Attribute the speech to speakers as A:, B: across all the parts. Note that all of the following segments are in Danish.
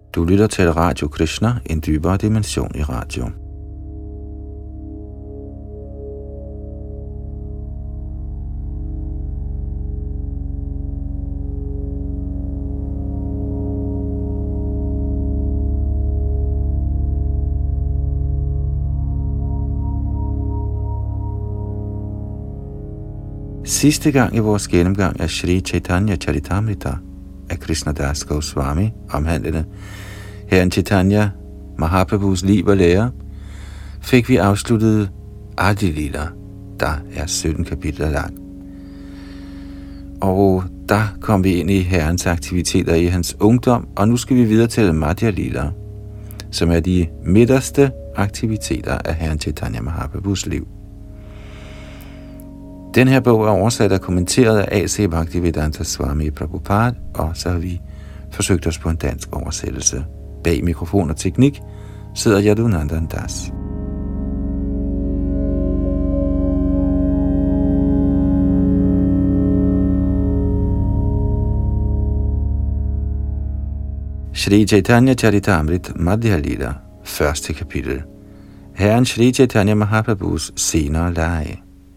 A: Du lytter til Radio Krishna, en dybere dimension i radio. Sidste gang i vores gennemgang af Shri Chaitanya Charitamrita af Krishnadas Goswami, omhandlende Herren Chaitanya Mahaprabhus liv og lære, fik vi afsluttet Adi Lila, der er 17 kapitler lang. Og der kom vi ind i Herrens aktiviteter i hans ungdom, og nu skal vi videre til Madhya Lila, som er de midterste aktiviteter af Herren Chaitanya Mahaprabhus liv. Den her bog er oversat og kommenteret af A.C. Bhaktivedanta Swami Prabhupada, og så har vi forsøgt os på en dansk oversættelse. Bag mikrofon og teknik sidder Yadunandan Das. Shri Chaitanya Charitamrita Madhya Lila, første kapitel. Herren Shri Chaitanya Mahaprabhus senere lege.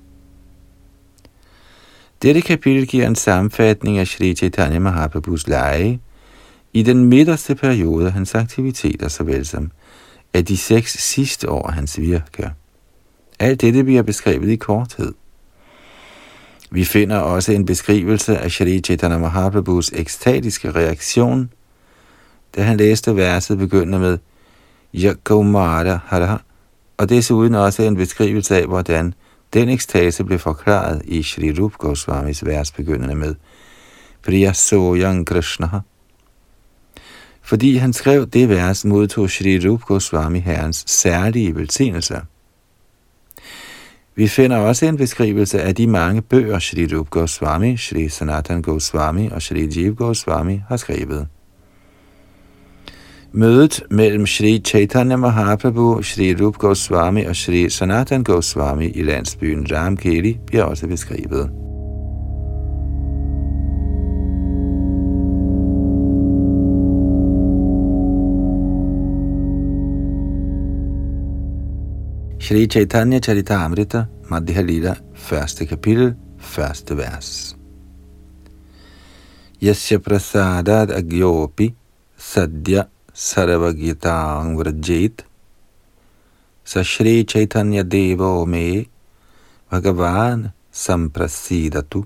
A: Dette kapitel giver en sammenfatning af Shri Chaitanya Mahaprabhus lege i den midterste periode af hans aktiviteter, såvel som af de 6 sidste år af hans virke. Alt dette bliver beskrevet i korthed. Vi finder også en beskrivelse af Shri Chaitanya Mahaprabhus ekstatiske reaktion, da han læste verset begyndende med Yakumara Hara, og desuden også en beskrivelse af, hvordan den ekstase blev forklaret i Shri Rupa Goswamis vers begyndende med Priya Soyang Krishna. Fordi han skrev det vers, modtog Shri Rupa Goswami herrens særlige velsignelse. Vi finder også en beskrivelse af de mange bøger Shri Rupa Goswami, Shri Sanatan Goswami og Shri Jiva Goswami har skrevet. Mødet mellem Shri Chaitanya Mahaprabhu, Shri Rupa Goswami og Shri Sanatan Goswami i landsbyen Ramkeli bliver også beskrevet. Shri Chaitanya Charitamrita Madhya Lila, første kapitel, første vers. Yasya prasadat agyopi sadya sarvagitang vrajit sa Shri Chaitanya Devo me Bhagavan samprasidatu.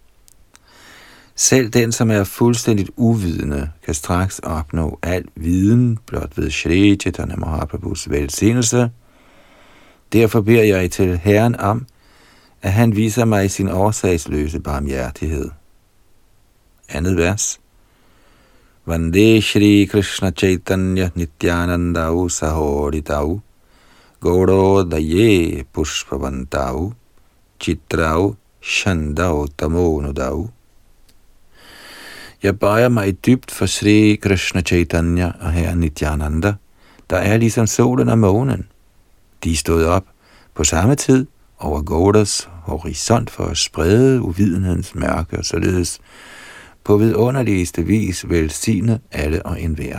A: Selv den, som er fuldstændigt uvidende, kan straks opnå al viden blot ved Shri Chaitanya Mahaprabhus velsignelse. Derfor beder jeg til Herren om, at han viser mig sin årsagsløse barmhjertighed. Andet vers. Vande Shri Krishna Chaitanya Nityanandau Sahoritau Goro Daye Pushpavantau Chitrau Shandau Tamonudau. Jeg bøjer mig dybt for Shri Krishna Chaitanya og Herren Nityananda, der er ligesom solen og månen. De stod op på samme tid over Gaudas horisont for at sprede uvidenhedens mørke og således på vidunderligste vis velsigne alle og enhver.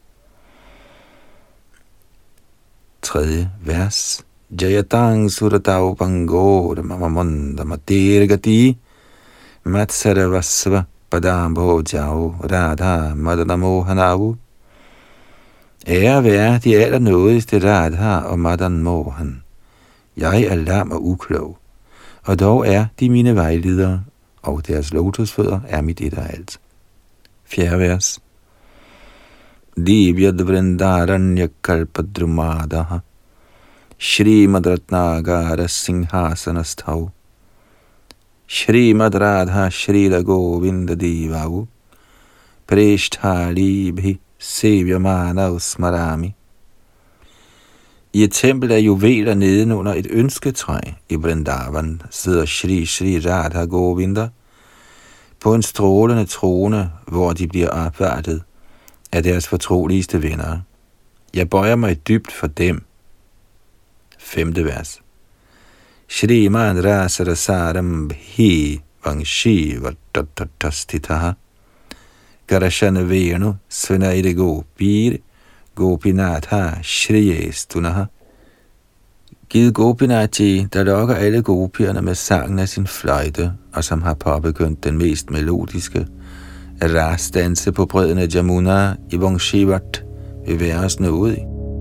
A: 3. vers. Jayatang suratau pangoda mamamanda matirgati matsaravasva padambo jau radha madanamohanau. Ære være de allernådigste Radha og Madan Mohan. Jeg er lam og uklog, og dog er de mine vejledere, og deres lotusfødder er mit et og alt. 4. vers. Divyad vrindaranya kalpadrumadaha Shrimad Ratnagara Singhasanasthav Shrimad Radha Shrila Govinda Divau Preshtalibhi Sevyamana Smarami. I et tempel af juveler nedenunder et ønsketræ i Vrindavan sidder Shri Shri Radha Govinda på en strålende trone, hvor de bliver opvartet af deres fortroligste venner. Jeg bøjer mig dybt for dem. 5. vers. Shriman Rasarasaram Bhi Vangshi Vartatastitaha Garashana Venu, Sunaide Gopir, Gopinatha, Shriye Stunaha. Givet Gopinathi, der lokker alle gopierne med sangen af sin fløjte, og som har påbegyndt den mest melodiske, rasdanse på bredden af Jamuna i Vangshivat, vil være os nådig.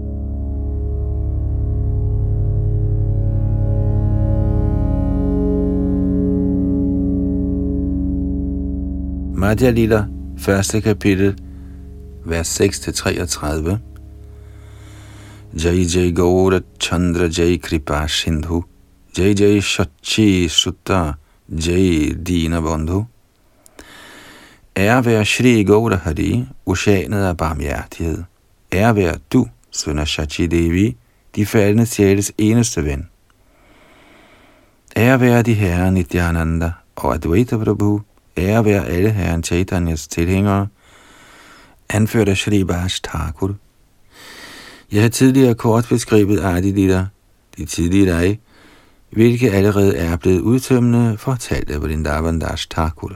A: Madhya Lila, 1. kapitel, vers 6-33. Jai Jai Gaura Chandra Jai Kripa Sindhu, Jai Jai Shachi Sutta, Jai Dina Bandhu. Ære være Shri Gaura Hari, oceanet af barmhjertighed. Ære være du, søn af Shachi Devi, de faldende sjæles eneste ven. Ære være de herrer Nityananda og Advaita Prabhu. Ære være alle herren Chaitanyas tilhængere, anført af Shri Bhas Thakur. Jeg har tidligere kort beskrevet Adi Lila, de tidlige dage, hvilke allerede er blevet udtømmende fortalt af Vrindavan Das Thakur.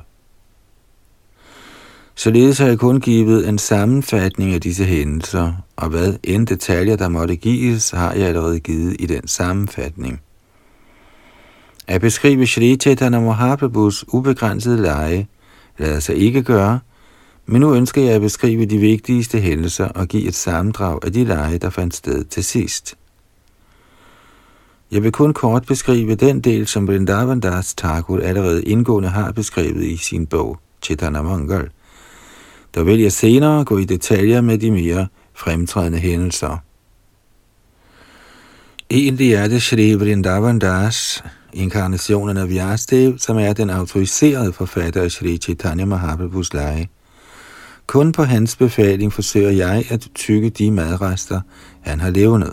A: Således har jeg kun givet en sammenfatning af disse hændelser, og hvad end detaljer der måtte gives, har jeg allerede givet i den sammenfatning. At beskrive Shri Chaitanya Mahaprabhus ubegrænsede lege lader sig ikke gøre, men nu ønsker jeg at beskrive de vigtigste hændelser og give et sammendrag af de lege, der fandt sted til sidst. Jeg vil kun kort beskrive den del, som Vrindavan Das Thakur allerede indgående har beskrevet i sin bog Chaitanya Mangal. Der vil jeg senere gå i detaljer med de mere fremtrædende hændelser. Egentlig er det Shri Vrindavan Das, inkarnationen af Vyastev, som er den autoriserede forfatter af Shri Chaitanya Mahaprabhus lege. Kun på hans befaling forsøger jeg at tygge de madrester, han har levnet.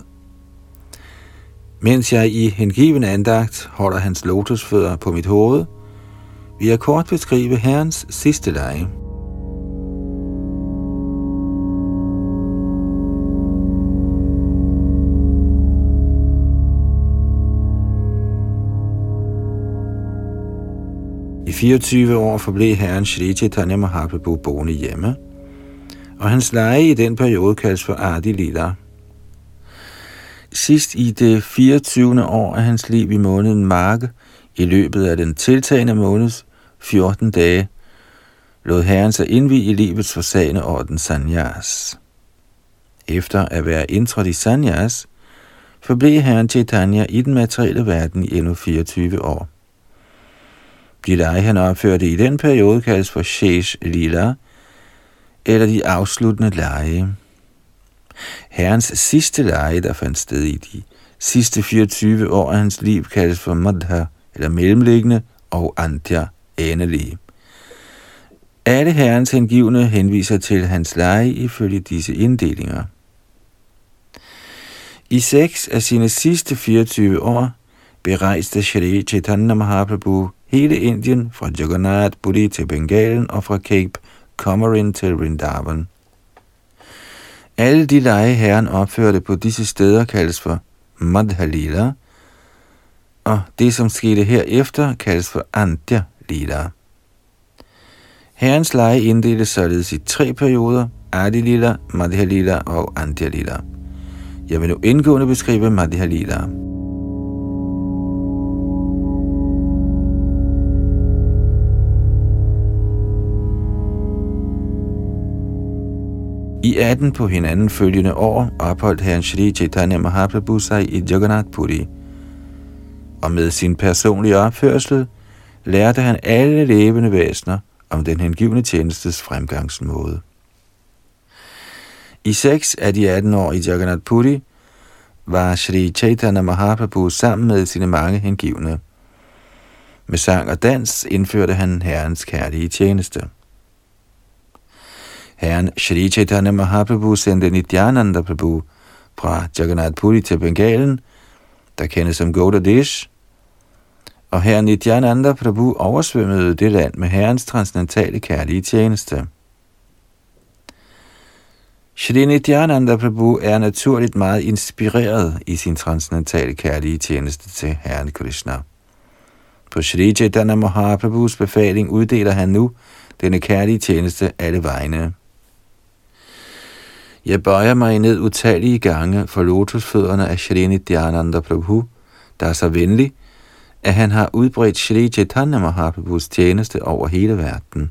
A: Mens jeg i hengiven andagt holder hans lotusfødder på mit hoved, vil jeg kort beskrive herrens sidste lege. I 24 år forblev herren Shri Chaitanya Mahaprabhu boende hjemme, og hans lege i den periode kaldes for Adi Lila. Sidst i det 24. år af hans liv i måneden Magh, i løbet af den tiltagende måneds 14 dage, lod herren sig indvie i livets forsagende orden Sanyas. Efter at være indtrådt i Sanyas, forblev herren Chaitanya i den materielle verden i endnu 24 år. De lege, han opførte i den periode, kaldes for Shesh Lila, eller de afsluttende lege. Herrens sidste lege, der fandt sted i de sidste 24 år af hans liv, kaldes for Madha, eller mellemliggende, og Antya, endelige. Alle herrens hengivne henviser til hans lege ifølge disse inddelinger. I 6 af sine sidste 24 år berejste Shri Chaitanya Mahaprabhu hele Indien, fra Jagannath Puri til Bengalen og fra Cape Comorin til Vrindavan. Alle de lege herren opførte på disse steder kaldes for Madhya Lila, og det som skete herefter kaldes for Antya Lila. Herrens lege inddeles således i 3 perioder: Adi Lila, Madhya Lila og Antya Lila. Jeg vil nu indgående beskrive Madhya Lila. I 18 på hinanden følgende år opholdt herren Shri Chaitanya Mahaprabhu sig i Jagannath Puri, og med sin personlige opførsel lærte han alle levende væsener om den hengivne tjenestes fremgangsmåde. I 6 af de 18 år i Jagannath Puri var Shri Chaitanya Mahaprabhu sammen med sine mange hengivne. Med sang og dans indførte han herrens kærlige tjeneste. Herren Shri Chaitanya Mahaprabhu sendte Nityananda Prabhu fra Jagannath Puri til Bengalen, der kendes som Gaudadesh, og herren Nityananda Prabhu oversvømmede det land med herrens transcendentale kærlige tjeneste. Shri Nityananda Prabhu er naturligt meget inspireret i sin transcendentale kærlige tjeneste til herren Krishna. På Shri Chaitanya Mahaprabhus befaling uddeler han nu denne kærlige tjeneste alle vegne. Jeg bøjer mig ned utallige gange for lotusfødderne af Shri Nityananda Prabhu, der er så venlig, at han har udbredt Shri Chaitanya Mahaprabhus tjeneste over hele verden.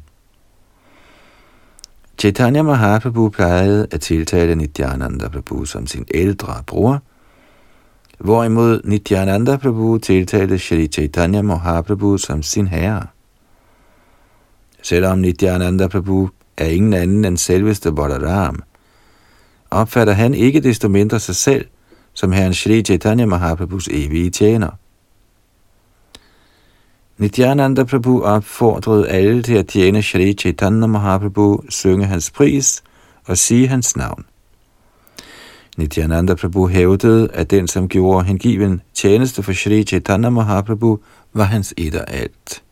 A: Chaitanya Mahaprabhu plejede at tiltale Nityananda Prabhu som sin ældre bror, hvorimod Nityananda Prabhu tiltalte Shri Chaitanya Mahaprabhu som sin herre. Selvom Nityananda Prabhu er ingen anden end selveste Balaram, opfatter han ikke desto mindre sig selv som herren Shri Chaitanya Mahaprabhus evige tjener. Nityananda Prabhu opfordrede alle til at tjene Shri Chaitanya Mahaprabhu, synge hans pris og sige hans navn. Nityananda Prabhu hævdede, at den, som gjorde hengiven tjeneste for Shri Chaitanya Mahaprabhu, var hans et og alt.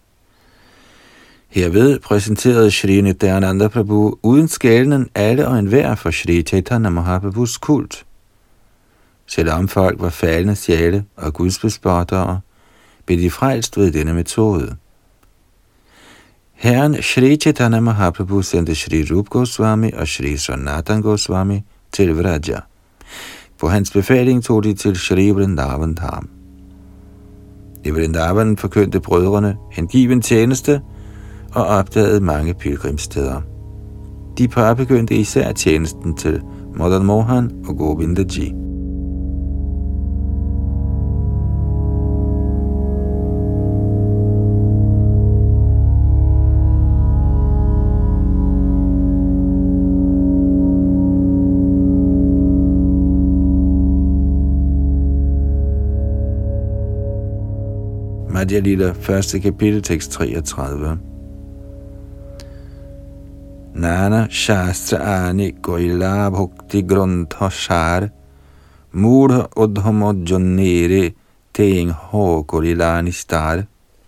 A: Herved præsenterede Shri Nityananda Prabhu uden skælden alle og enhver for Shri Chaitanya Mahaprabhus kult. Selvom folk var faldne sjæle og gudsbespottere, blev de frelst ved denne metode. Herren Shri Chaitanya Mahaprabhu sendte Shri Rupa Goswami og Shri Sanatan Goswami til Vraja. På hans befaling tog de til Shri Vrindavan Dham. I Vrindavan forkyndte brødrene hengiven tjeneste og opdagede mange pilgrimssteder. De påbegyndte især tjenesten til Madan Mohan og Govindaji. Madhya Lila, 1. kapitel, tekst 33. Nana Shastra Ani Goila Bhakti Grantha Shar Mudha Udhama Jonnere Teng Ho Gorilani Star.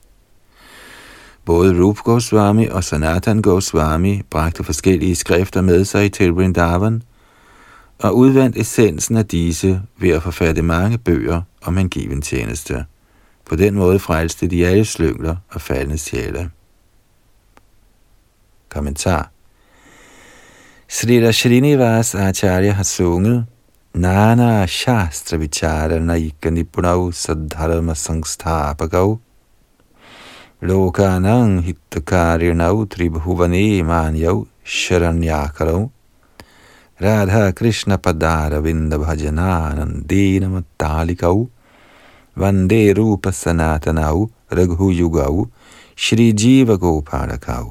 A: Både Rupa Goswami og Sanatan Goswami bragte forskellige skrifter med sig til Vrindavan og udvandt essensen af disse ved at forfatte mange bøger om hengiven tjeneste. På den måde frelste de alle slyngler og faldne sjæle. Kommentar. Srila Srinivas Acharya har sunget Nana Shastra Vichara Naika Nipunau Sadharma Sangstapakau Lokanang Hittakarinau Tribhuvane Manyau Sharanyakarau Radha Krishna Padara Vinda Bhajananandena Matalikau Vande Rupa Sanatanau Raghu Yugau Shri Jiva Gopalakau.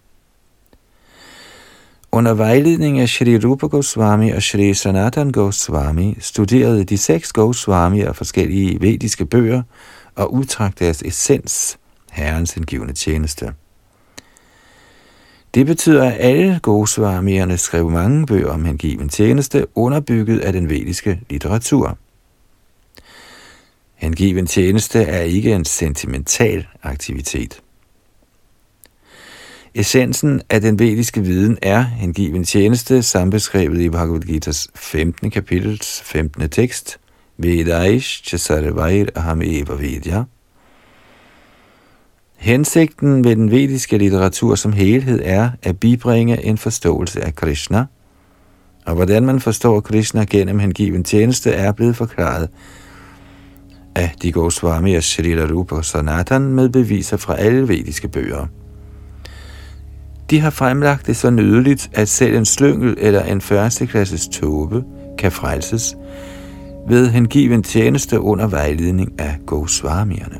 A: Under vejledning af Shri Rupa Goswami og Shri Sanatan Goswami studerede de 6 Goswamier forskellige vediske bøger og udtrak deres essens, herrens hengivne tjeneste. Det betyder, at alle Goswamierne skrev mange bøger om hengiven tjeneste, underbygget af den vediske litteratur. Hengiven tjeneste er ikke en sentimental aktivitet. Essensen af den vediske viden er hengiven tjeneste, sambeskrevet i Bhagavad Gita's 15. kapitels 15. tekst, Vedaish Chasarvair Aham Eva Vedya. Hensigten med den vediske litteratur som helhed er at bibringe en forståelse af Krishna, og hvordan man forstår Krishna gennem hengiven tjeneste er blevet forklaret af de Goswami og Srila Rupa og Sanatan med beviser fra alle vediske bøger. De har fremlagt det så nydeligt, at selv en slyngel eller en førsteklasses tåbe kan frelses ved hengiven tjeneste under vejledning af Goswamierne.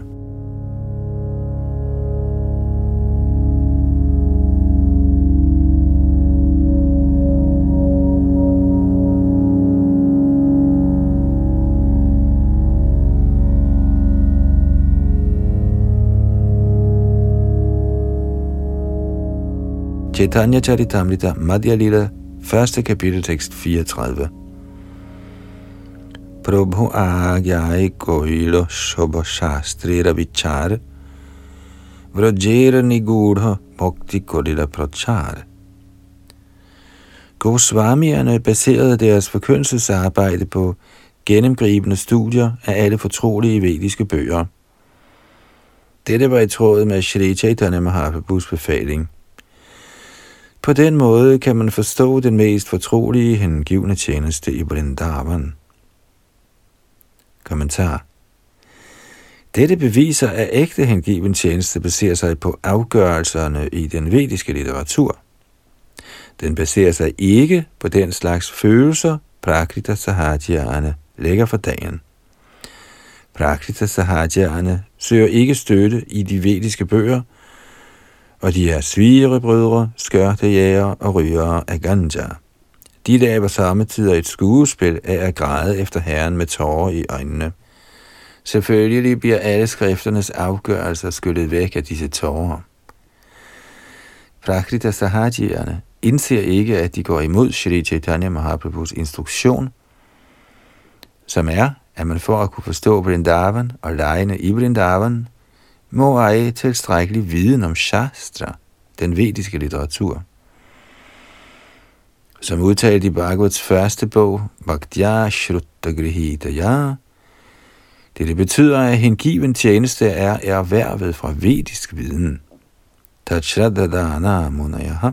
A: Chaitanya Charitamrita, Madhya Lila, 1. kapitel, tekst 34. Prabhu Agyai Koilo Shobha Shastrira Vichar Vrajera Nigudha Bhakti Kodila Prachar. Goswamierne baserede deres forkyndelsesarbejde på gennemgribende studier af alle fortrolige vediske bøger. Dette var i tråd med Shri Chaitanya Mahaprabhus befaling. På den måde kan man forstå den mest fortrolige hengivne tjeneste i Vrindavan. Kommentar. Dette beviser, at ægte hengiven tjeneste baserer sig på afgørelserne i den vediske litteratur. Den baserer sig ikke på den slags følelser, Prakrita Sahajyane lægger for dagen. Prakrita Sahajyane søger ikke støtte i de vediske bøger, og de er svigerbrødre, skørtejæger og rygere af ganja. De laver samtidig et skuespil af at græde efter Herren med tårer i øjnene. Selvfølgelig bliver alle skrifternes afgørelser skyllet væk af disse tårer. Prakrita Sahajyane indser ikke, at de går imod Shri Chaitanya Mahaprabhus instruktion, som er, at man for at kunne forstå Vrindavan og legene i Vrindavan, må eje tilstrækkelig viden om Shastra, den vediske litteratur. Som udtalt i Bhagavats første bog, Bhaktya Shrutta Grihitaya, det betyder, at hengiven tjeneste er erhvervet fra vedisk viden. Tachradadana munayaha.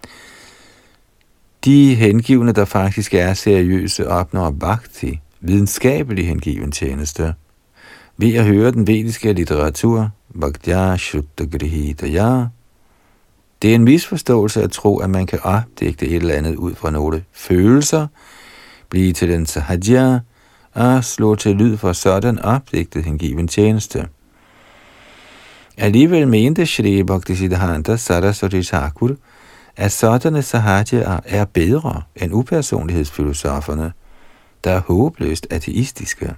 A: De hengivne, der faktisk er seriøse, opnår bhakti, videnskabelig hengiven tjeneste, ved at høre den vediske litteratur, Bhaktya Shrutta Grihitaya. Det er en misforståelse at tro, at man kan opdigte et eller andet ud fra nogle følelser, blive til den sahajya og slå til lyd for sådan opdigtet hengiven tjeneste. Alligevel mente Shri Bhaktisiddhanta Saraswati Thakur, at sådanne sahajyaer er bedre end upersonlighedsfilosoferne, der er håbløst ateistiske.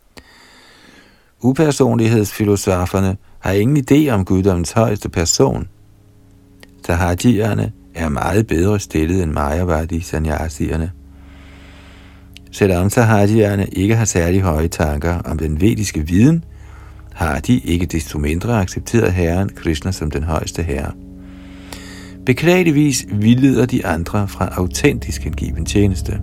A: Upersonlighedsfilosoferne har ingen idé om guddommens højeste person. Sahajyaerne er meget bedre stillet end Mayavadi sannyasierne. Selvom sahajyaerne ikke har særlig høje tanker om den vediske viden, har de ikke desto mindre accepteret Herren Krishna som den højeste herre. Beklageligvis vildleder de andre fra autentisk hengiven tjeneste.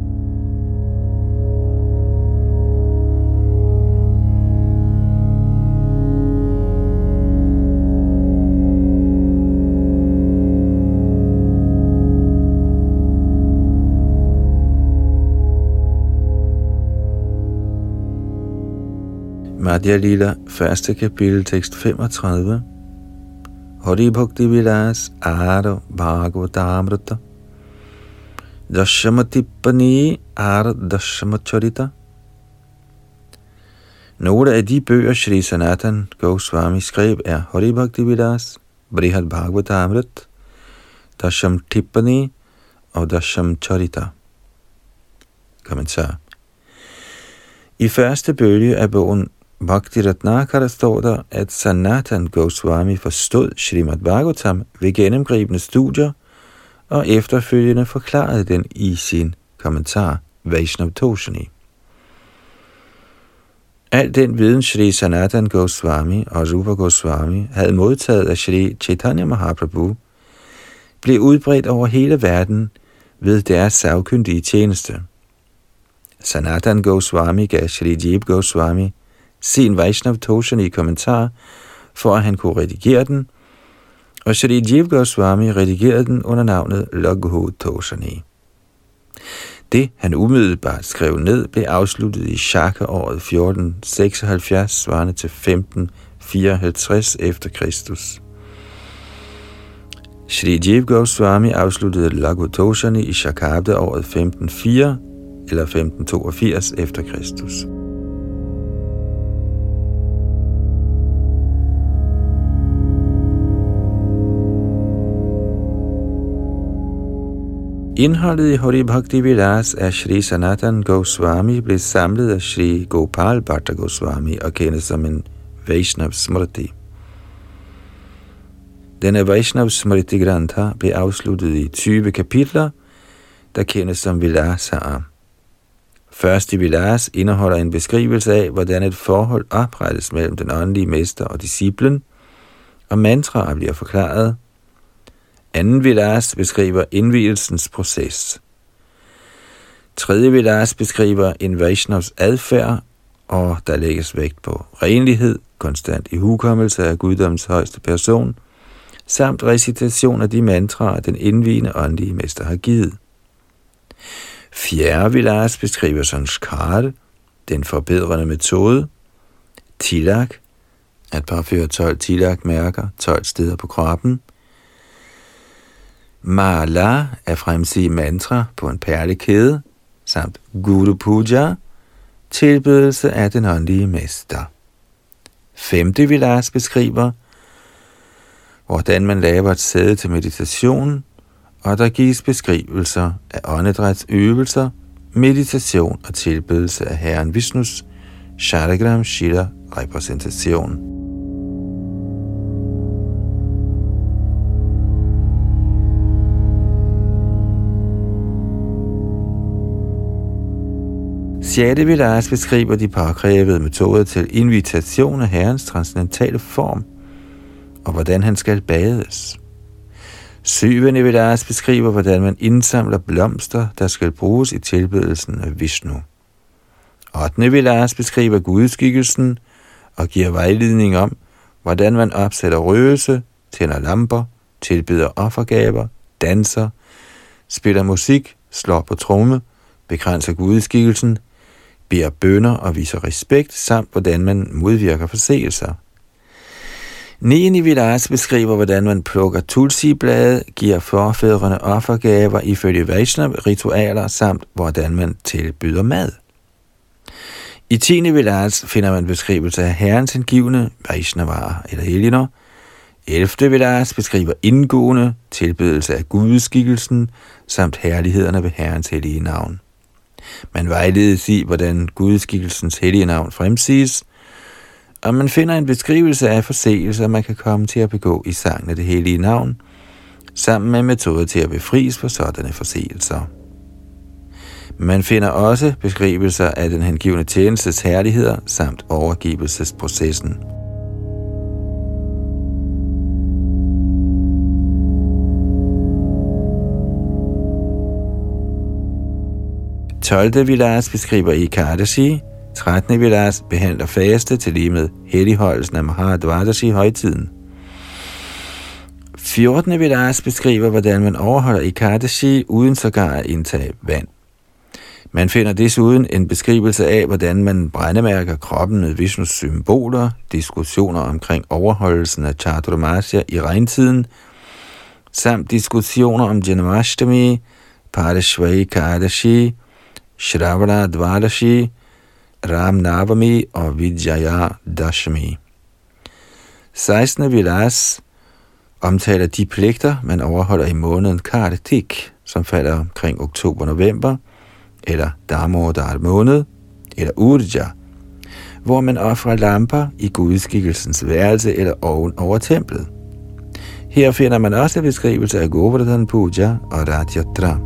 A: Madhya Lila, 1. kapitel, tekst 35. Hari Bhakti Vilas Ara Bhagavatamrita Dashamatipani Ara Dashamacharita. Nogle af de bøger, Shri Sanatan Goswami skrev, er Hari Bhakti Vilas, Brihad Bhagavatamrit, Dasham Tippani og Dasham Charita. Kommentar. I første bølge af bogen Bhakti Ratnakara står der, at Sanatan Goswami forstod Srimad Bhagavatam ved gennemgribende studier og efterfølgende forklarede den i sin kommentar Vaishnav Toshani. Al den viden Shri Sanatan Goswami og Rupa Goswami havde modtaget af Shri Chaitanya Mahaprabhu blev udbredt over hele verden ved deres sagkyndige tjeneste. Sanatan Goswami gav Shri Jeev Goswami sin Vaishnav Toshani kommentar, for at han kunne redigere den, og Shri Jeev Goswami redigerede den under navnet Laghu Toshani. Det, han umiddelbart skrev ned, blev afsluttet i Shaka-året 1476, svarende til 1554 efter Kristus. Shri Jeev Goswami afsluttede Laghu Toshani i Shakabda-året 1504 eller 1582 efter Kristus. Indholdet i Hari Bhakti Vilas af Shri Sanatan Goswami blev samlet af Shri Gopal Bhatta Goswami og kendes som en Vaishnav Smriti. Denne Vaishnav Smriti Grantha blev afsluttet i 20 kapitler, der kendes som Vilasaer. Først i Vilas indeholder en beskrivelse af, hvordan et forhold oprettes mellem den åndelige mester og disciplen, og mantraer bliver forklaret. Anden Vilas beskriver indvielsens proces. Tredje Vilas beskriver en Vaishnavs adfærd, og der lægges vægt på renlighed, konstant ihukommelse af guddommens højeste person, samt recitation af de mantraer, den indvigende åndelige mester har givet. 4. vilas beskriver sanskar, den forbedrende metode. Tilak, at påføre 12 tilak-mærker 12 steder på kroppen. Mala, at fremsige mantra på en perlekæde, samt Guru Puja, tilbedelse af den åndelige mester. 5. vilas beskriver, hvordan man laver et sæde til meditation, og der gives beskrivelser af åndedrætsøvelser, meditation og tilbedelse af Herren Vishnus Shalagram Shila repræsentation. Sjette vilas beskriver de påkrævede metoder til invitation af Herrens transcendentale form, og hvordan han skal bades. 7. vilas beskriver, hvordan man indsamler blomster, der skal bruges i tilbedelsen af Vishnu. 8. vilas beskriver gudskikkelsen og giver vejledning om, hvordan man opsætter røgelse, tænder lamper, tilbeder offergaver, danser, spiller musik, slår på tromme, begrænser gudskikkelsen, beder bønner og viser respekt, samt hvordan man modvirker forseelser. 9. vilas beskriver, hvordan man plukker tulsi-blade, giver forfædrene offergaver ifølge Vaishnav-ritualer, samt hvordan man tilbyder mad. I 10. vilas finder man beskrivelse af Herrens hengivne, Vaishnavarer eller helgener. 11. vilas beskriver indgående tilbedelse af gudskikkelsen, samt herlighederne ved Herrens hellige navn. Man vejledes i, hvordan gudskikkelsens hellige navn fremsiges, og man finder en beskrivelse af forseelser, man kan komme til at begå i sangen af det hellige navn, sammen med metoder til at befries for sådanne forseelser. Man finder også beskrivelser af den hengivne tjenestes herligheder samt overgivelsesprocessen. Tolvte vilas beskriver Ekadashi. 13. vilas behandler faste til lige med helligholdelsen af Mahadvadashi højtiden. 14. vilas beskriver, hvordan man overholder Ekadashi uden sågar at indtage vand. Man finder desuden en beskrivelse af, hvordan man brændemærker kroppen med Vishnus symboler, diskussioner omkring overholdelsen af Chaturmasya i regntiden, samt diskussioner om Janmashtami, Parashvai Ekadashi, Shravana Dvadashi, Ram Navami og Vijaya Dashami. 16. vilas omtaler de pligter, man overholder i måneden Kartik, som falder omkring oktober-november, eller Damodar måned, eller Urja, hvor man offrer lamper i gudskikkelsens værelse eller oven over templet. Her finder man også beskrivelse af Govardhan Puja og Rath-yatra.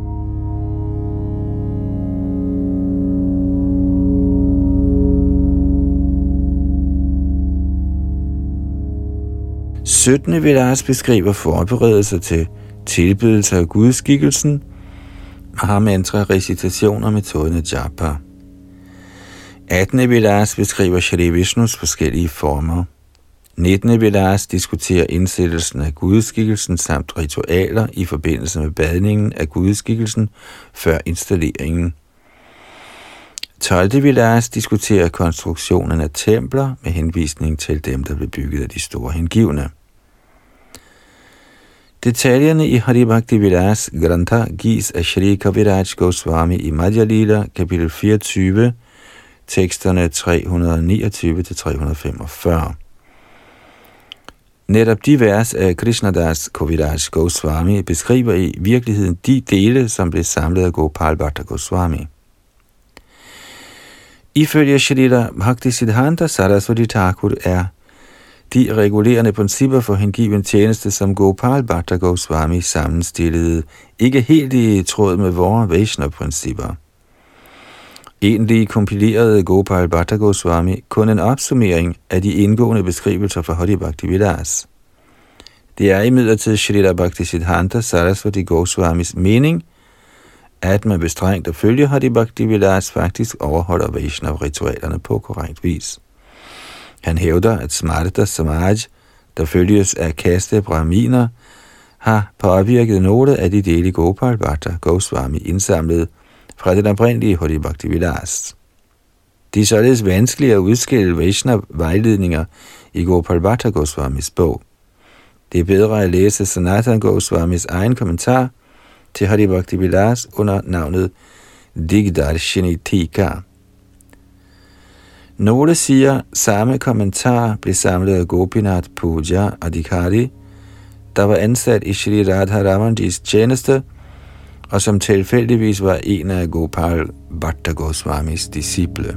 A: 17. vilas beskriver forberedelser til tilbedelse af gudskikkelsen, Mahamantra, recitation og metoden af japa. 18. vilas beskriver Shri Vishnus forskellige former. 19. vilas diskuterer indsættelsen af gudskikkelsen samt ritualer i forbindelse med badningen af gudskikkelsen før installeringen. 12. vilas diskuterer konstruktionen af templer med henvisning til dem, der blev bygget af de store hengivne. Detaljerne i Hari Bhakti Vilas Grantha gives af Shri Kaviraj Goswami i Madhya Lila, kapitel 24, teksterne 329-345. Netop de vers af Krishnadas Kaviraj Goswami beskriver i virkeligheden de dele, som blev samlet af Gopal Bhatta Goswami. Ifølge Shrila Bhaktisiddhanta Saraswati Thakur er de regulerende principper for hengiven tjeneste, som Gopal Bhatta Goswami sammenstillede, ikke helt i tråd med vores Vaishnava-principper. Egentlig kompilerede Gopal Bhatta Goswami kun en opsummering af de indgående beskrivelser fra Hari Bhakti Vilas. Det er imidlertid Shrila Bhaktisiddhanta Saraswati Goswamis mening, at man bestrængte at følge Hari Bhakti Vilas faktisk overholder Vaishnava-ritualerne på korrekt vis. Han hævder, at Smarta Samaj, der følges af kaste brahminer, har påvirket nogle af de dele Gopal Bhatta Goswami indsamlet fra den oprindelige Hari Bhakti Vilas. Det er således vanskeligt at udskille Vaishnav-vejledninger i Gopal Bhatta Goswamis bog. Det er bedre at læse Sanatan Goswamis egen kommentar til Hari Bhakti Vilas under navnet Digdarshini Tika. Nogle siger, samme kommentar blev samlet af Gopinath Puja Adhikari, der var ansat i Shri Radharamanjis tjeneste, og som tilfældigvis var en af Gopal Bhatta Goswamis disciple.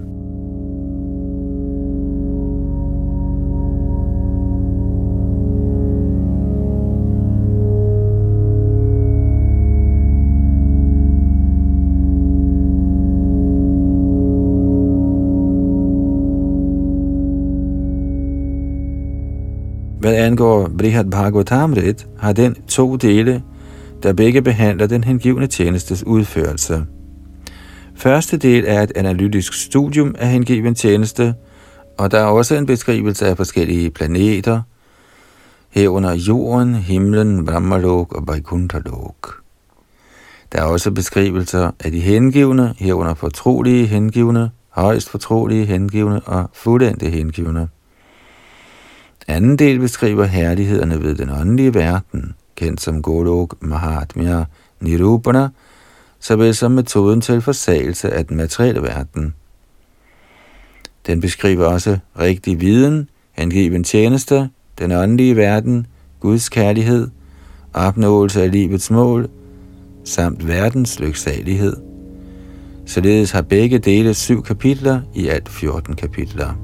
A: Hvad angår Brihad Bhagavatamrit, har den 2 dele, der begge behandler den hengivne tjenestes udførelse. Første del er et analytisk studium af hengiven tjeneste, og der er også en beskrivelse af forskellige planeter, herunder jorden, himlen, Brahmalok og Vaikunthalok. Der er også beskrivelser af de hengivne, herunder fortrolige hengivne, højst fortrolige hengivne og fuldendte hengivne. Anden del beskriver herlighederne ved den åndelige verden, kendt som Golok Mahatmya Nirupana, såvel som metoden til forsagelse af den materielle verden. Den beskriver også rigtig viden, hengiven tjeneste, den åndelige verden, Guds kærlighed, opnåelse af livets mål, samt verdens lyksalighed. Således har begge dele 7 kapitler, i alt 14 kapitler.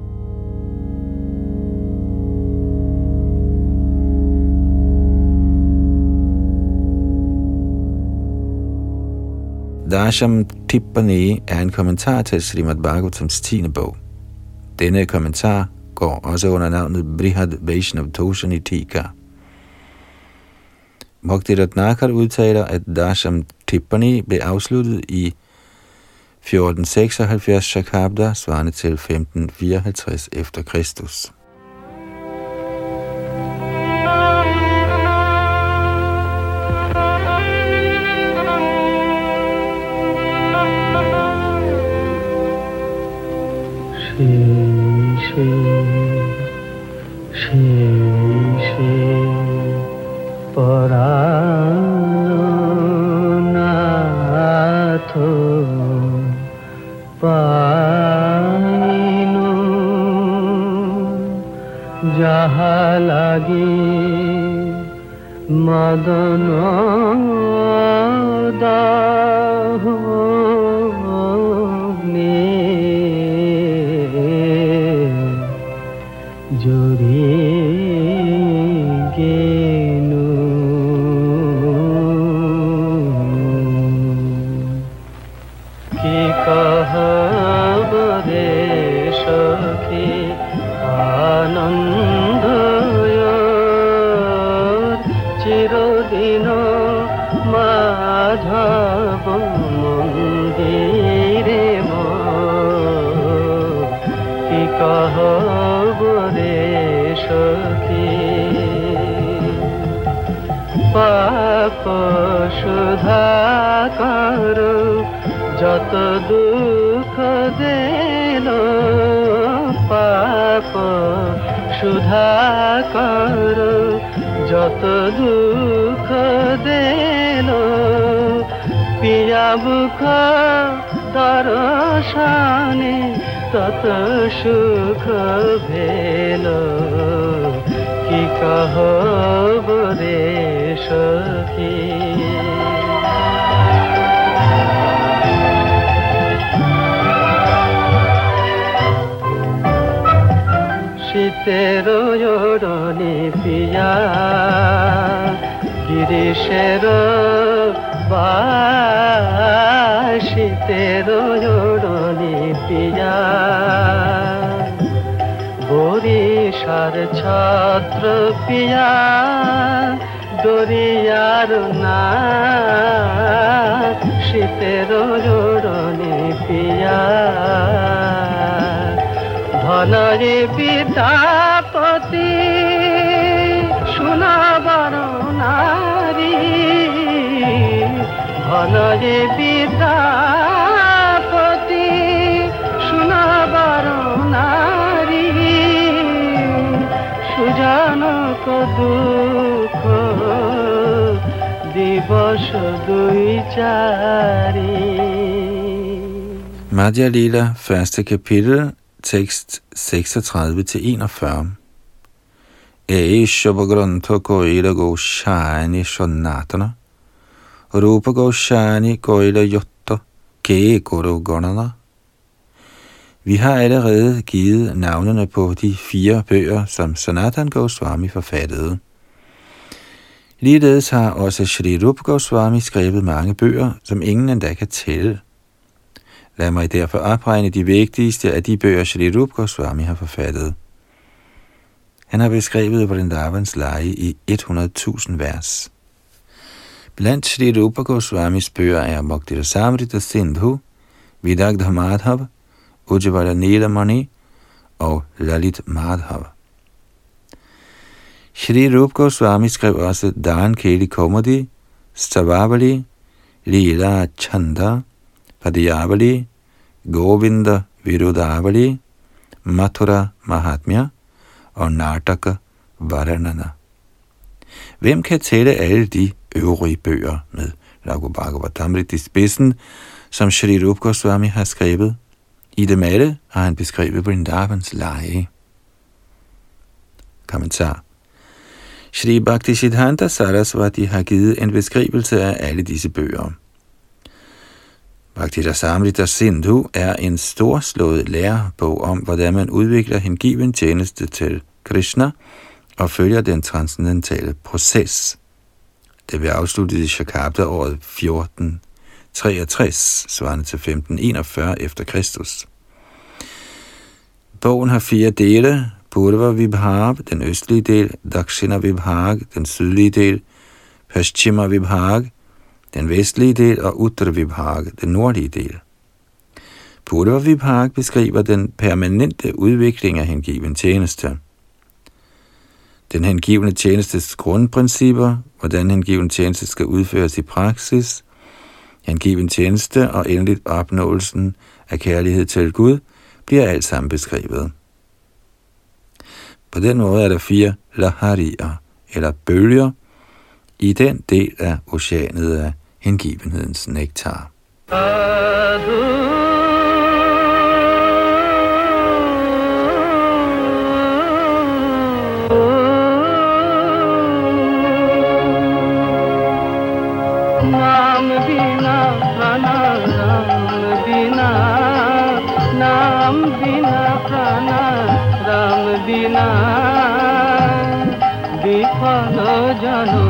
A: Dasham Tippani er en kommentar til Srimad Bhagavatams 10. bog. Denne kommentar går også under navnet Brihad Vaishnav Toshani Tika. Bhakti Ratnakar udtaler, at Dasham Tippani blev afsluttet i 1476 Shakabda, svarende til 1554 efter Kristus.
B: যত দুঃখ দিল পাপ সুধাকর, যত দুঃখ দিল পিয়া বুখ দর্শনে তত সুখ ভেল। কি কহব রে সখী, শীতের ওড়নি পিয়া গিরিশের শীতের ওড়নি পিয়া বরিশার ছত্র পিয়া দরিয়ার না শীতের ওড়নি পিয়া ধনরে বিদ্যাপতি বনরে বিদ্যাপতি শুনবার নারী সুজনক দুঃখ দিবস দুই চারি.
A: Madhya Lila, første kapitel, tekst 36-41. Eshabhagrantha Koila Goshani Shonatana Rupa Goshani Koila Yotta Ke Guru Gunana. Vi har allerede givet navnene på de 4 bøger, som Sanatan Goswami forfattede. Ligeledes har også Shri Rupa Goswami skrevet mange bøger, som ingen endda kan tælle. Lad mig derfor opregne de vigtigste af de bøger, Shri Rupa Goswami har forfattet. Han har beskrevet Vrindavans lege i 100.000 vers. Blandt Shri Rupa Goswamis bøger er Bhakti Rasamrita Sindhu, Vidagdha Madhav, Ujjvala Nilamani og Lalit Madhav. Shri Rupa Goswami skrev også Dan Keli Komadi, Stavavali, Lila Chanda, Padiyavali, Govinda Virudavali, Mathura Mahatmya og Nataka Varanana. Hvem kan tælle alle de øvrige bøger med Raghu Bhagavatamrita i spidsen, som Shri Rupa Goswami har skrevet? I dem alle har han beskrevet Vrindavans lege. Kommentar. Shri Bhaktisiddhanta Saraswati har givet en beskrivelse af alle disse bøger. Bhakti Rasamrita Sindhu er en storslået lærebog om, hvordan man udvikler hengiven tjeneste til Krishna og følger den transcendentale proces. Det vil afslutte i Shakabda året 1463, svarende til 1541 efter Kristus. Bogen har 4 dele: Purva Vibhag, den østlige del; Dakshina Vibhag, den sydlige del; Paschima Vibhag, den vestlige del; og Uttar Vibhag, den nordlige del. Purva Vibhag beskriver den permanente udvikling af hengiven tjeneste. Den hengivne tjenestes grundprincipper, hvordan hengiven tjeneste skal udføres i praksis, hengiven tjeneste og endeligt opnåelsen af kærlighed til Gud, bliver alt sammen beskrevet. På den måde er der 4 laharier, eller bølger, i den del af oceanet af hengivenhedens nektar.
B: नाम बिना प्राण राम बिना, नाम बिना प्राण राम बिना, विफल जनो.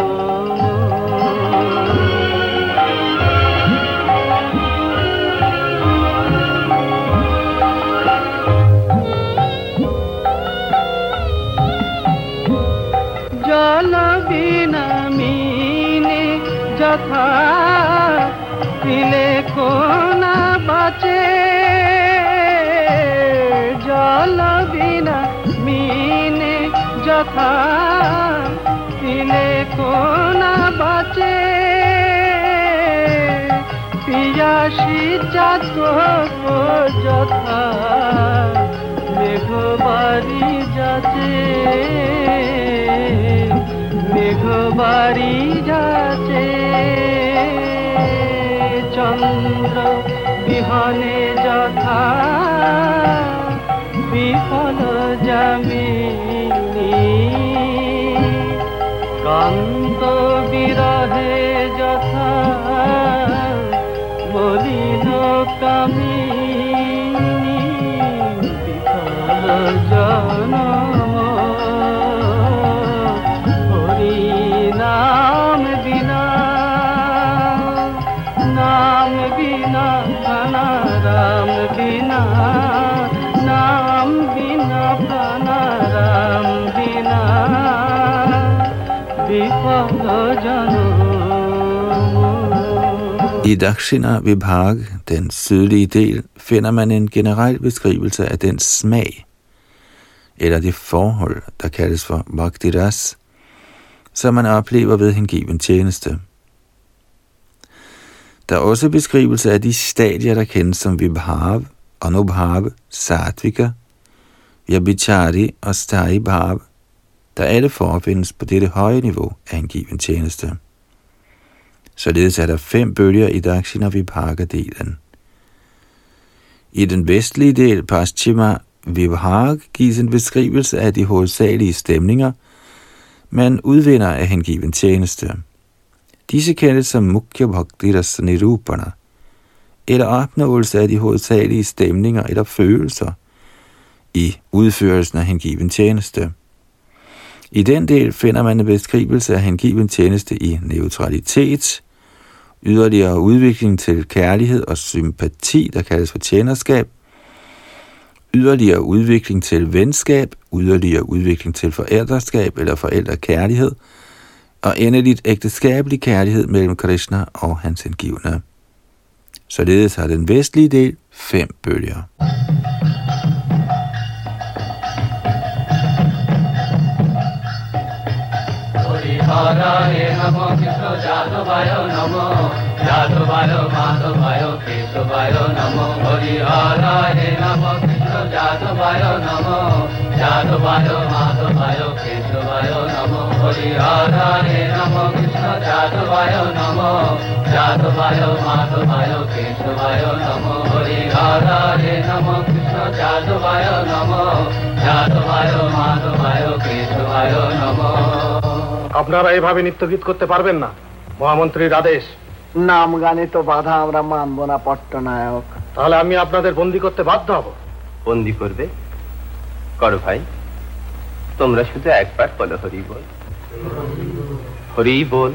B: जल बिना मीने जथा पिले को ना बाचे, जल बिना मीने जथा पिले को ना बाचे, पियासी जातो को जथा मेघबारी जाचे, मेघबारी जाचे, चंद्र बिहाने जथा विफल जामिनी, कांत बिरहे जथा मलिन कामिनी, विफल जनम नाम बिना, नाम बिना प्राण राम बिना, नाम बिना प्राण राम बिना, विफल जनो.
A: I Dakshina Vibhag, den sydlige del, finder man en generel beskrivelse af den smag, eller det forhold, der kaldes for Bhakti Ras, som man oplever ved hengiven tjeneste. Der er også beskrivelse af de stadier, der kendes som Vibhav, Anubhav, Satvika, Vyabhichari og Sthayi Bhav, der alle forefindes på dette høje niveau af en given tjeneste. Således er der 5 bølger i Dakshina Vibhaga-delen. I den vestlige del, Paschima Vibhag, gives en beskrivelse af de hovedsagelige stemninger, man udvinder af hengiven tjeneste. Disse kendes som Mukhya Bhakti Rasa Nirupana, eller opnåelse af de hovedsagelige stemninger eller følelser i udførelsen af hengiven tjeneste. I den del finder man en beskrivelse af hengiven tjeneste i neutralitet, yderligere udvikling til kærlighed og sympati, der kaldes for tjenerskab, yderligere udvikling til venskab, yderligere udvikling til forældreskab eller forældrekærlighed, og endeligt ægteskabelig kærlighed mellem Krishna og hans hengivne. Således har den vestlige del 5 bølger.
B: Hare Namo Krishna Jadavaya Namo Jadavaya Madhavaya Keshavaya Namo Hari Hare Namo Krishna Jadavaya Namo Jadavaya Madhavaya Keshavaya Namo Hari Hare Namo Krishna Jadavaya Namo Jadavaya Madhavaya Keshavaya Namo Hari Hare Namo Krishna Jadavaya Namo Jadavaya Madhavaya Keshavaya Namo.
C: আপনারা এভাবে নৃত্যগীত করতে পারবেন না, মহামন্ত্রীর আদেশ।
D: নাম গানে তো বাধা আমরা মানব না পট্টনায়ক।
C: তাহলে আমি আপনাদের বন্দী করতে বাধ্য হব।
E: বন্দী করবে? করো ভাই, তোমরা শুধু একবার বলো হরি বল, হরি বল।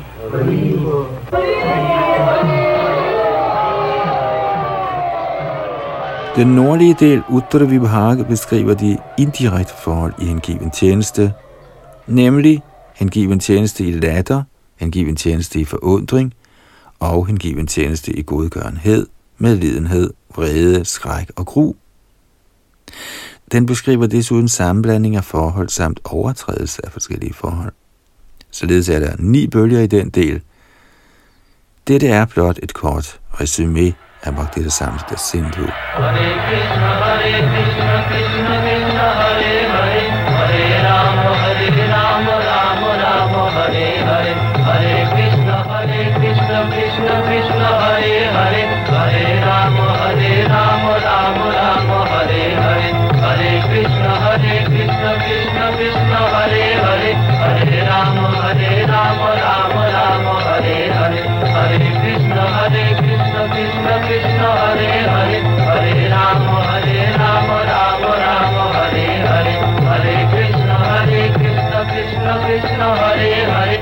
A: Den nordlige del, Uttara Vibhaga, beskriver de indirekte forhold i hengiven tjeneste, nemlig hengiven tjeneste i latter, hengiven tjeneste i forundring og hengiven tjeneste i godgørenhed, medlidenhed, vrede, skræk og gru. Den beskriver desuden sammenblanding af forhold samt overtrædelse af forskellige forhold. Således er der 9 bølger i den del. Dette er blot et kort resumé af Bhakti-rasamrita Sindhu.
B: Hare Krishna, Hare Krishna, Krishna Krishna, Hare Hare, Hare Rama, Hare Rama, Rama Rama, Hare Hare, Hare Krishna, Krishna Krishna, Hare Hare, Hare Rama, Rama Rama, Hare Hare, Hare Krishna, Krishna Krishna, Hare Hare, Hare Rama, Rama Rama, Hare Hare, Hare Krishna, Krishna Krishna, Hare Hare, Hare Rama, Rama Rama, Hare Hare, Hare Krishna, Krishna Krishna, Hare Hare.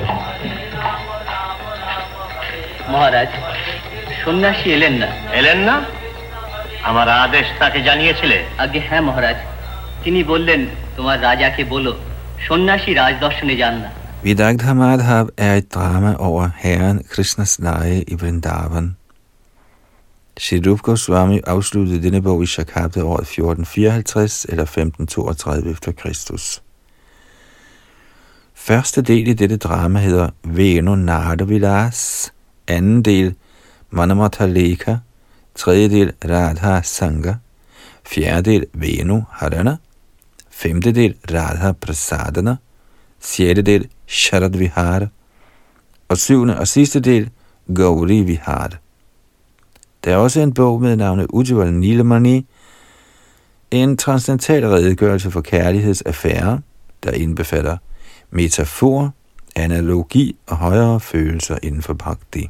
F: মহারাজ, সন্ন্যাসী এলেন না।
E: এলেন না? আমার আদেশ তাকে জানিয়েছিলে?
F: আগে হ্যাঁ মহারাজ, তিনি বললেন তোমার রাজাকে বলো সন্ন্যাসী রাজদর্শনে যান না।
A: Vidagdha Madhav er et drama over herren Krishnas lege i Vrindavan. Shri Rupa Goswami afsluttede denne bog i Shakabda året 1454 eller 1532 efter Kristus. Første del i dette drama hedder Venu Narada Vilas, anden del Manamata Lekha, tredje del Radha Sangha, fjerde del Venu Harana, femte del Radha Prasadana, sjette del Sharad Vihara og syvende og sidste del Gauri Vihara. Der er også en bog med navnet Ujjvala Nilamani, en transcendental redegørelse for kærlighedsaffærer, der indbefatter metafor, analogi og højere følelser inden for bhakti.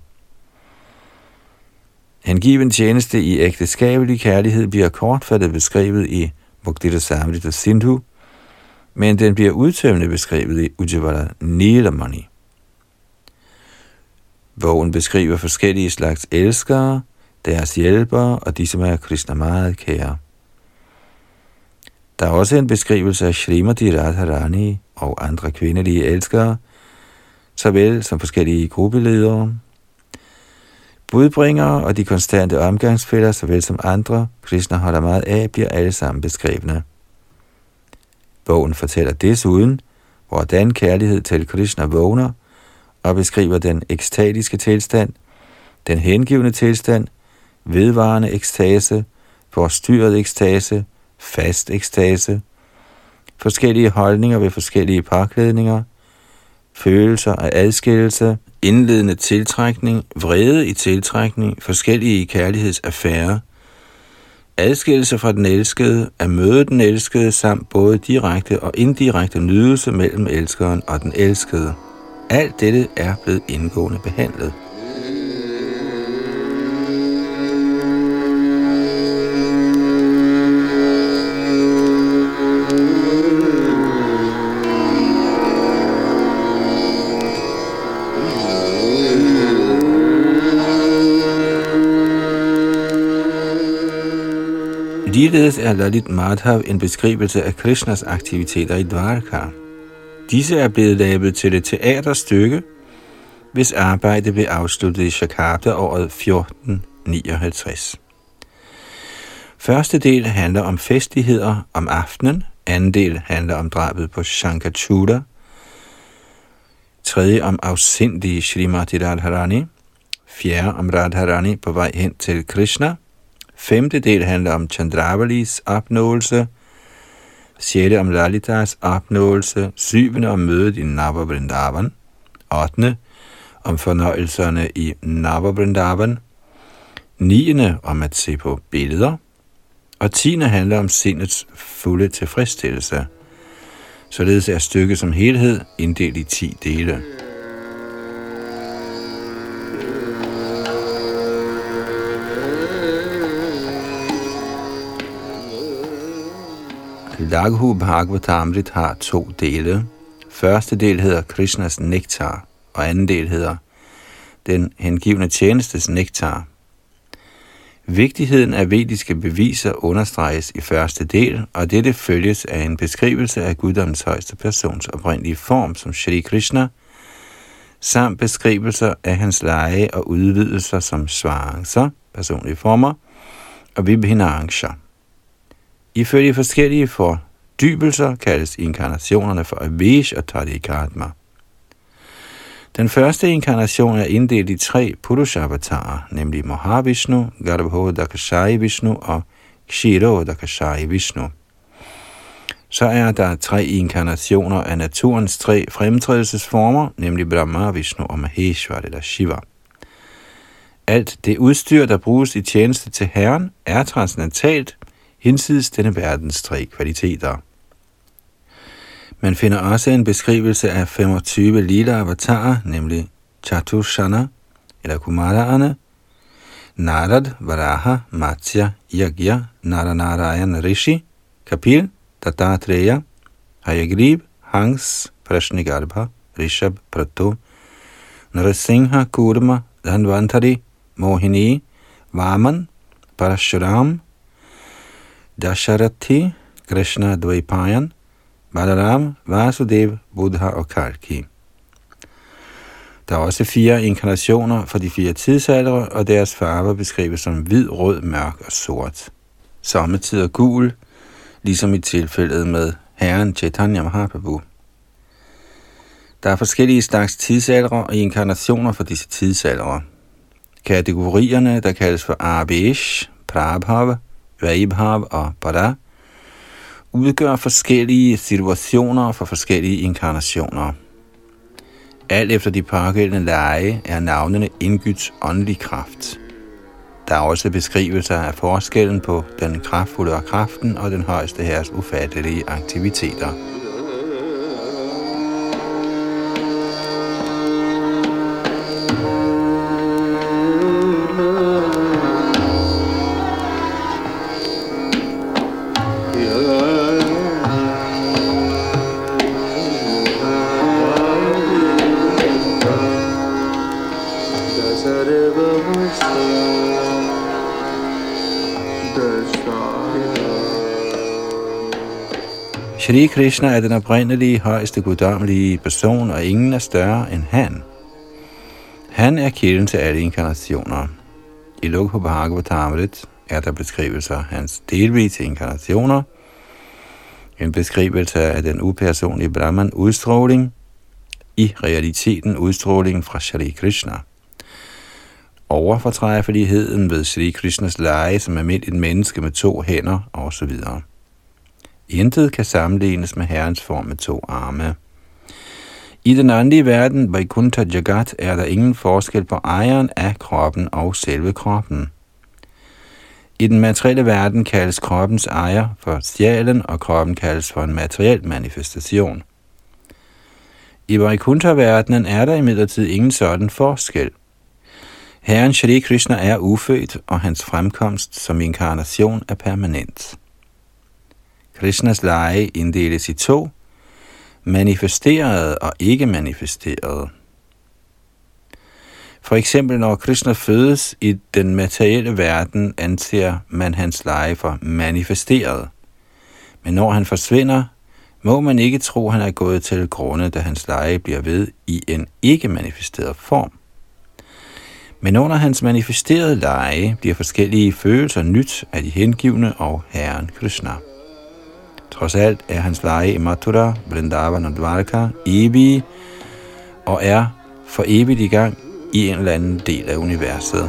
A: Hengiven tjeneste i ægteskabelig kærlighed bliver kortfattet beskrevet i Bhakti-rasamrita Sindhu, men den bliver udtømmende beskrevet i Ujjvala Nilamani. Bogen beskriver forskellige slags elskere, deres hjælpere og de, som er Krishna meget kære. Der er også en beskrivelse af Srimati Radharani og andre kvindelige elskere, såvel som forskellige gruppeledere, budbringere og de konstante omgangsfæller, såvel som andre Krishna holder meget af, bliver alle sammen beskrevne. Bogen fortæller desuden, hvordan kærlighed til Krishna vågner, og beskriver den ekstatiske tilstand, den hengivne tilstand, vedvarende ekstase, forstyrret ekstase, fast ekstase, forskellige holdninger ved forskellige påklædninger, følelser af adskillelse, indledende tiltrækning, vrede i tiltrækning, forskellige kærlighedsaffærer, adskillelse fra den elskede, at møde den elskede, samt både direkte og indirekte nydelse mellem elskeren og den elskede. Alt dette er blevet indgående behandlet. Ligeledes er Lalit Madhav en beskrivelse af Krishnas aktiviteter i Dvarka. Disse er blevet lavet til et teaterstykke, hvis arbejde blev afsluttet i Shakabda året 1459. Første del handler om festligheder om aftenen, anden del handler om drabet på Shankachuda, tredje om afsindige Srimati Radharani, fjerde om Radharani på vej hen til Krishna, femte del handler om Chandravalis opnåelse, sjette om Lalitas opnåelse, syvende om mødet i Nava Vrindavan, ottende om fornøjelserne i Nava Vrindavan, niende om at se på billeder, og tiende handler om sindets fulde tilfredsstillelse. Således er stykket som helhed inddelt i 10 dele. Laghu Bhagavatamrit har 2 dele. Første del hedder Krishnas nektar, og anden del hedder Den hengivne tjenestes nektar. Vigtigheden af vediske beviser understreges i første del, og dette følges af en beskrivelse af guddommens højeste persons oprindelige form som Shri Krishna, samt beskrivelser af hans lege og udvidelser som Svarangsa, personlige former, og Vibhinangsha. Ifølge forskellige fordybelser kaldes inkarnationerne for Avesh og Tadikatma. Den første inkarnation er inddelt i 3 Purusha-avatarer, nemlig Mahavishnu, Garbhodakashayi Vishnu og Kshirodakashayi Vishnu. Så er der 3 inkarnationer af naturens 3 fremtrædelsesformer, nemlig Brahma, Vishnu og Maheshwar eller Shiva. Alt det udstyr, der bruges i tjeneste til Herren, er transcendentalt, hinsides denne verdens 3 kvaliteter. Man finder også en beskrivelse af 25 lila avatarer, nemlig Chaturshana eller Kumara'erne, Narad, Varaha, Matsya, Yagya, Naranarayan Rishi, Kapil, Dattatreya, Hayagrib, Hans, Prashnigarbha, Rishab, Prato, Narasingha, Kurma, Dhanvantari, Mohini, Vaman, Parashuram, Dasharathi, Krishna Dvaipayan, Balaram, Vasudev, Buddha og Kalki. Der er også 4 inkarnationer for de 4 tidsaldre, og deres farver beskrives som hvid, rød, mørk og sort. Sommetider gul, ligesom i tilfældet med Herren Chaitanya Mahaprabhu. Der er forskellige slags tidsaldre og inkarnationer for disse tidsaldre. Kategorierne, der kaldes for Avesh, Prabhav, Vaibhav og Para, udgør forskellige situationer for forskellige inkarnationer. Alt efter de pågældende lege er navnene indgydt åndelig kraft. Der er også beskrivelser af forskellen på den kraftfulde og kraften og den højeste herres ufattelige aktiviteter. Shri Krishna er den oprindelige, højeste guddommelige person, og ingen er større end han. Han er kilden til alle inkarnationer. I Logha Bhagavatamrit er der beskrivelser af hans delvise inkarnationer, en beskrivelse af den upersonlige Brahman udstråling, i realiteten udstrålingen fra Shri Krishna. overfortræffeligheden ved Shri Krishnas lege som almindeligt menneske med 2 hænder osv. Intet kan sammenlignes med Herrens form med 2 arme. I den åndelige verden, Vaikuntha Jagat, er der ingen forskel på ejeren af kroppen og selve kroppen. I den materielle verden kaldes kroppens ejer for sjælen, og kroppen kaldes for en materiel manifestation. I Vaikuntha-verdenen er der imidlertid ingen sådan forskel. Herren Shri Krishna er ufødt, og hans fremkomst som inkarnation er permanent. Krishnas lege inddeles i 2, manifesterede og ikke manifesterede. For eksempel når Krishna fødes i den materielle verden, anser man hans lege for manifesteret. Men når han forsvinder, må man ikke tro, han er gået til grunde, da hans lege bliver ved i en ikke manifesteret form. Men under hans manifesterede lege bliver forskellige følelser nyt af de hengivne og Herren Krishna. Trods alt er hans lege i Mathura, Vrindavan og Dvarka evige og er for evigt i gang i en eller anden del af universet.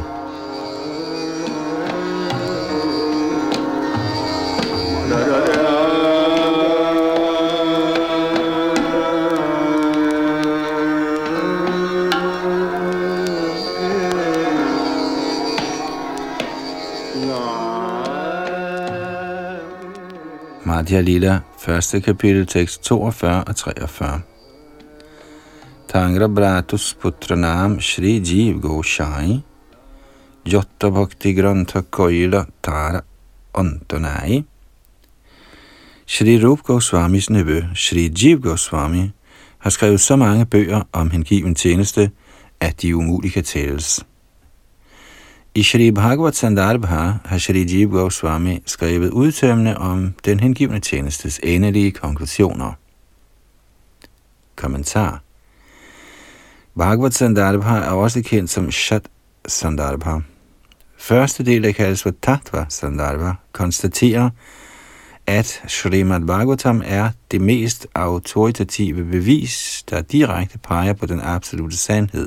A: Madhya Lila, 1. kapitel, tekst 42 og 43. Tangra Bratus Putranam Shri Jiv Goshai Jotta Bhakti Grantha Koila Tara Antanai. Shri Rup Goswamis nevø, Shri Jiv Goswami, har skrevet så mange bøger om hengiven tjeneste, at de umuligt kan tælles. I Shri Bhagavad Sandarbha har Shri Jiv Goswami skrevet udtømmende om den hengivne tjenestes endelige konklusioner. Kommentar. Bhagavad Sandarbha er også kendt som Shat Sandarbha. Første del, der kaldes for Tattva Sandarbha, konstaterer, at Srimad Bhagavatam er det mest autoritative bevis, der direkte peger på den absolute sandhed.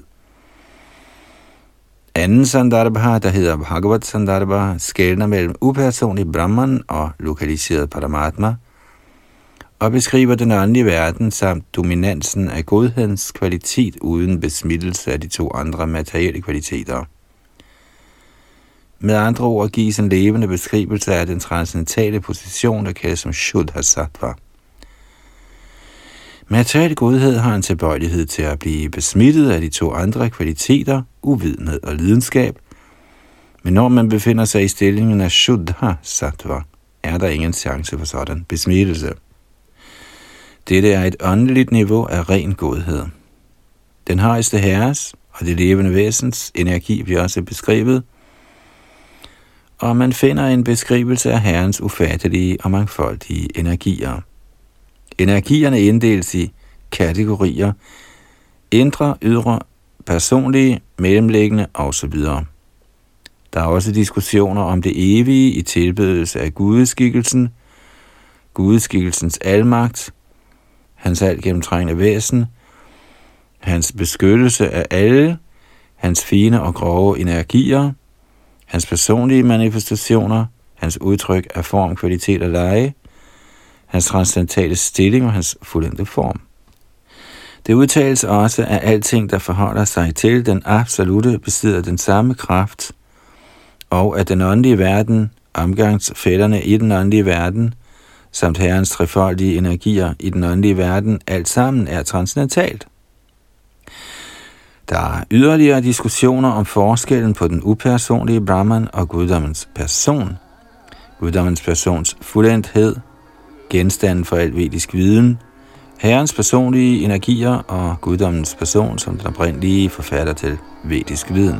A: Anden Sandarbha, der hedder Bhagavad Sandarbha, skelner mellem upersonlig Brahman og lokaliseret Paramatma, og beskriver den åndelige verden samt dominansen af godhedens kvalitet uden besmittelse af de 2 andre materielle kvaliteter. Med andre ord gives en levende beskrivelse af den transcendentale position, der kaldes som Shuddha Sattva. Materiel godhed har en tilbøjelighed til at blive besmittet af de 2 andre kvaliteter, uvidenhed og lidenskab, men når man befinder sig i stillingen af Shuddha Sattva, er der ingen chance for sådan besmittelse. Dette er et åndeligt niveau af ren godhed. Den højeste herres og det levende væsens energi bliver også beskrevet, og man finder en beskrivelse af herrens ufattelige og mangfoldige energier. Energierne inddeles i kategorier: indre, ydre, personlige, mellemliggende osv. Der er også diskussioner om det evige i tilbedelse af gudeskikkelsen, gudeskikkelsens almagt, hans altgennemtrængende væsen, hans beskyttelse af alle, hans fine og grove energier, hans personlige manifestationer, hans udtryk af form, kvalitet og lege, hans transcendentale stilling og hans fuldendte form. Det udtales også, at alting, der forholder sig til den absolute, besidder den samme kraft, og at den åndelige verden, omgangsfællerne i den åndelige verden, samt herrens trefoldige energier i den åndelige verden, alt sammen er transcendentalt. Der er yderligere diskussioner om forskellen på den upersonlige Brahman og guddommens person. Guddommens persons fuldendthed, genstanden for al vedisk viden, herrens personlige energier og guddommens person som den oprindelige forfatter til vedisk viden.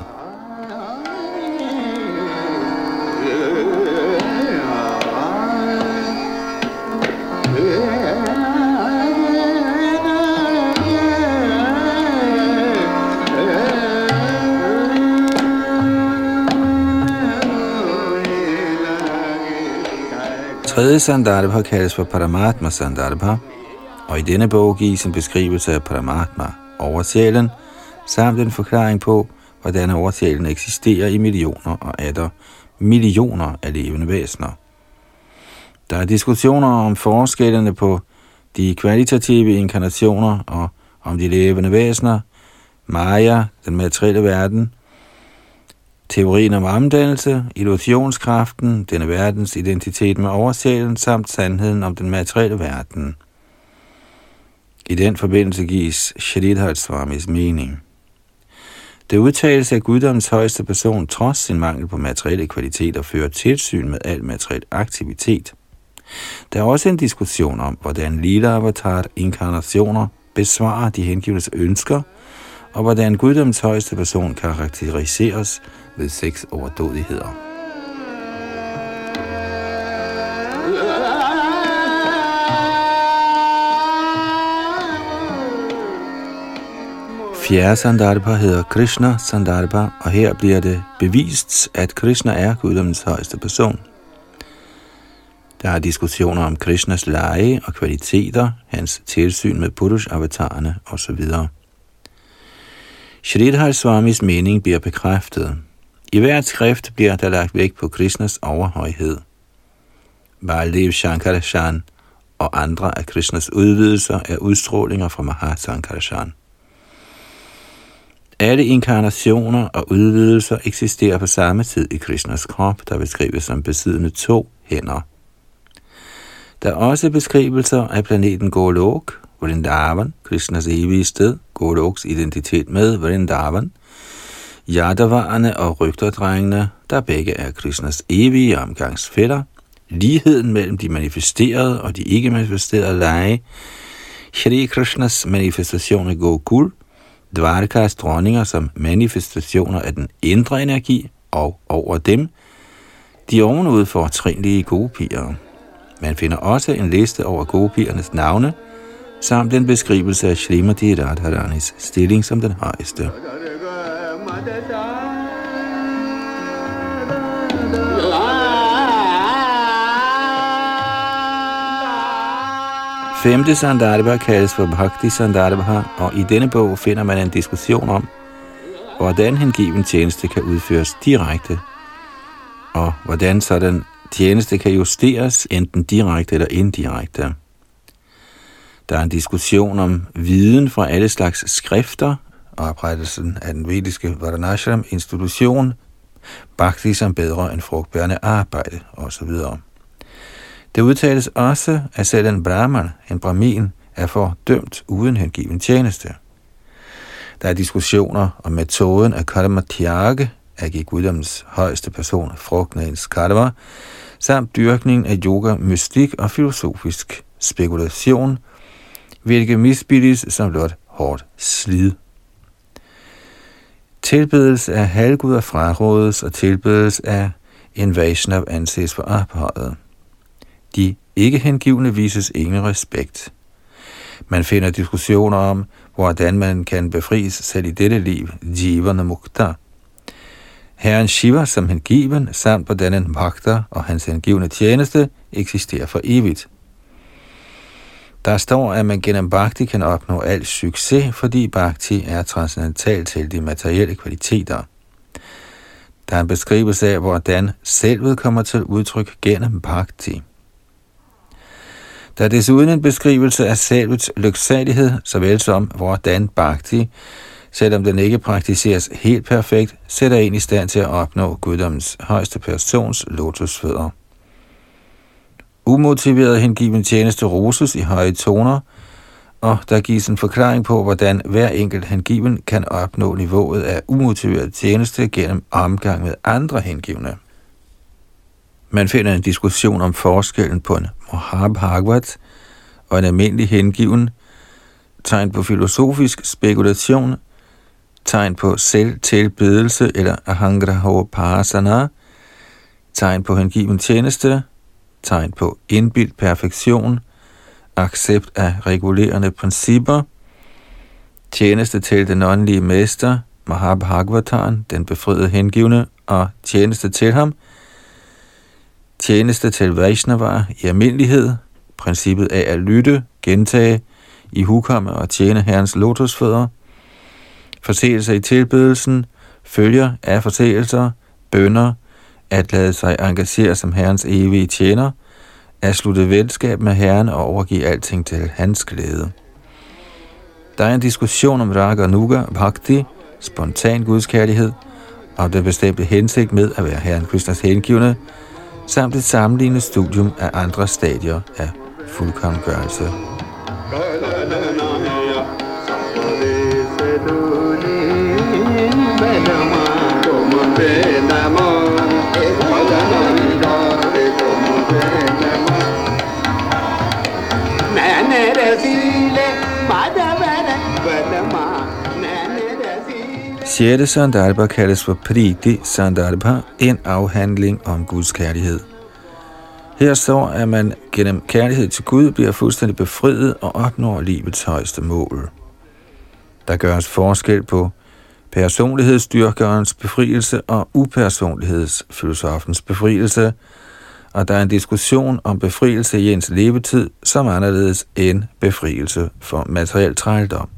A: Tredje Sandarbha kaldes for Paramatma Sandarbha, og i denne bog gives en beskrivelse af Paramatma over sjælen, samt en forklaring på, hvordan oversjælen eksisterer i millioner og atter millioner af levende væsener. Der er diskussioner om forskellene på de kvalitative inkarnationer og om de levende væsener, Maya, den materielle verden, teorien om omdannelse, illusionskraften, denne verdens identitet med oversjælen samt sandheden om den materielle verden. I den forbindelse gives Sridhar Swamis mening. Det udtales, at guddommens højeste person trods sin mangel på materielle kvaliteter fører tilsyn med al materiel aktivitet. Der er også en diskussion om, hvordan Lila-avatar-inkarnationer besvarer de hengivnes ønsker, og hvordan guddommens højeste person karakteriseres ved 6 overdådigheder. Fjerde Sandarbha hedder Krishna Sandarbha, og her bliver det bevist, at Krishna er guddommens højeste person. Der er diskussioner om Krishnas lege og kvaliteter, hans tilsyn med Purush-avatarerne osv. Sridhar Swamis mening bliver bekræftet. I hvert skrift bliver der lagt vægt på Krishnas overhøjhed. Baldev Shankarachan og andre af Krishnas udvidelser er udstrålinger fra Mahasankarachan. Alle inkarnationer og udvidelser eksisterer på samme tid i Krishnas krop, der beskrives som besiddende 2 hænder. Der er også beskrivelser af planeten Golok, Vrindavan, Krishnas evige sted, Goloks identitet med Vrindavan, Yadavarerne og rygterdrengene, der begge er Krishnas evige omgangsfætter, ligheden mellem de manifesterede og de ikke manifesterede lege, Shri Krishnas manifestation af Gokul, Dvarkas dronninger som manifestationer af den indre energi, og over dem, de ovenud fortrinlige gopier. Man finder også en liste over gopiernes navne, samt en beskrivelse af Shrimati Radharanis stilling som den højeste. Femte Sandarbha kaldes for Bhakti Sandarbha, og i denne bog finder man en diskussion om, hvordan hengiven tjeneste kan udføres direkte, og hvordan sådan tjeneste kan justeres enten direkte eller indirekte. Der er en diskussion om viden fra alle slags skrifter, oprettelsen af den vediske Varnashram-institution, bhakti som bedre end frugtbærende arbejde osv. Det udtales også, at selv en brahman, en brahmin, er fordømt uden hengiven tjeneste. Der er diskussioner om metoden af karma tyage, at give guddommens højeste person frugten af ens karma, samt dyrkningen af yoga, mystik og filosofisk spekulation, hvilket misbilliges som blot hårdt slid. Tilbedelse af halvguder frarådes, og tilbedelse af en Vaishnav anses for ophøjet. De ikke hengivne vises ingen respekt. Man finder diskussioner om, hvordan man kan befries selv i dette liv, Jivana Mukta. Herren Shiva som hengiven, samt hvordan en bhakta og hans hengivne tjeneste eksisterer for evigt. Der står, at man gennem bhakti kan opnå al succes, fordi bhakti er transcendental til de materielle kvaliteter. Der er en beskrivelse af, hvordan selvet kommer til udtryk gennem bhakti. Der er desuden en beskrivelse af selvets lyksalighed, såvel som hvordan bhakti, selvom den ikke praktiseres helt perfekt, sætter en i stand til at opnå guddommens højeste persons lotusfødder. Umotiveret hengiven tjeneste roses i høje toner, og der gives en forklaring på, hvordan hver enkelt hengiven kan opnå niveauet af umotiveret tjeneste gennem omgang med andre hengivne. Man finder en diskussion om forskellen på en Mahabhagavat og en almindelig hengiven, tegn på filosofisk spekulation, tegn på selvtilbedelse eller ahangrahopasana, tegn på hengiven tjeneste, tegn på indbildt perfektion, accept af regulerende principper, tjeneste til den åndelige mester, Mahabhagavataren, den befriede hengivne, og tjeneste til ham, tjeneste til Vaishnava i almindelighed, princippet af at lytte, gentage, ihukomme og tjene herrens lotusfødder, forseelser i tilbedelsen, følger af forseelser, bønner, at lade sig engagere som Herrens evige tjener, at slutte venskab med Herren og overgive alting til hans glæde. Der er en diskussion om raga nuga, bhakti, spontan gudskærlighed, og den bestemte hensigt med at være Herren Krishnas hengivne, samt et sammenlignende studium af andre stadier af fuldkomgørelse. Sjette Sandarbha kaldes for Priti Sandarbha, en afhandling om Guds kærlighed. Her står, at man gennem kærlighed til Gud bliver fuldstændig befriet og opnår livets højeste mål. Der gøres forskel på personlighedsdyrkerens befrielse og upersonlighedsfilosofens befrielse, og der er en diskussion om befrielse i ens levetid som anderledes end befrielse for materiel trældom.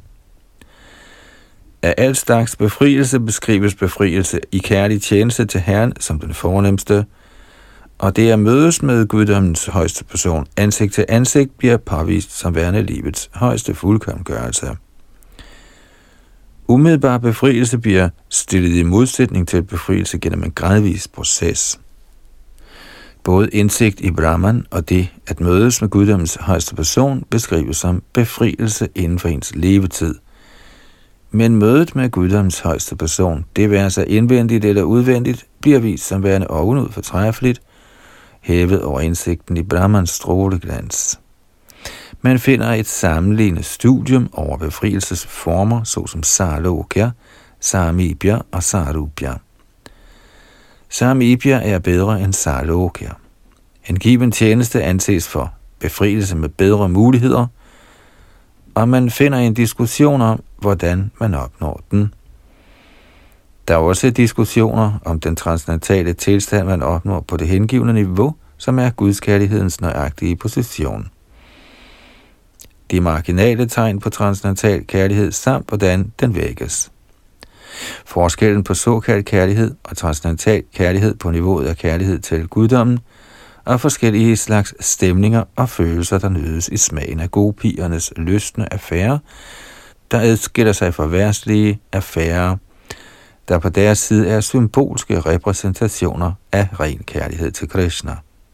A: Af al slags befrielse beskrives befrielse i kærlig tjeneste til Herren som den fornemste, og det at mødes med guddommens højeste person ansigt til ansigt bliver påvist som værende livets højeste fuldkomgørelse. Umiddelbar befrielse bliver stillet i modsætning til befrielse gennem en gradvis proces. Både indsigt i Brahman og det at mødes med guddommens højeste person beskrives som befrielse inden for ens levetid. Men mødet med guddommens højeste person, det være sig indvendigt eller udvendigt, bliver vist som værende ovenud fortræffeligt, hævet over indsigten i Brahmans stråleglans. Man finder et sammenlignende studium over befrielsesformer, såsom Sarlokya, Samibhya og Sarubhya. Samibhya er bedre end Sarlokya. Hengiven tjeneste anses for befrielse med bedre muligheder, og man finder en diskussion om, hvordan man opnår den. Der er også diskussioner om den transcendentale tilstand, man opnår på det hengivne niveau, som er gudskærlighedens nøjagtige position. De marginale tegn på transcendental kærlighed samt hvordan den vækkes. Forskellen på såkaldt kærlighed og transcendental kærlighed på niveauet af kærlighed til guddommen og forskellige slags stemninger og følelser, der nydes i smagen af gopiernes lystne affærer, der adskiller sig fra verdslige affærer, der på deres side er symbolske repræsentationer af ren kærlighed til Krishna.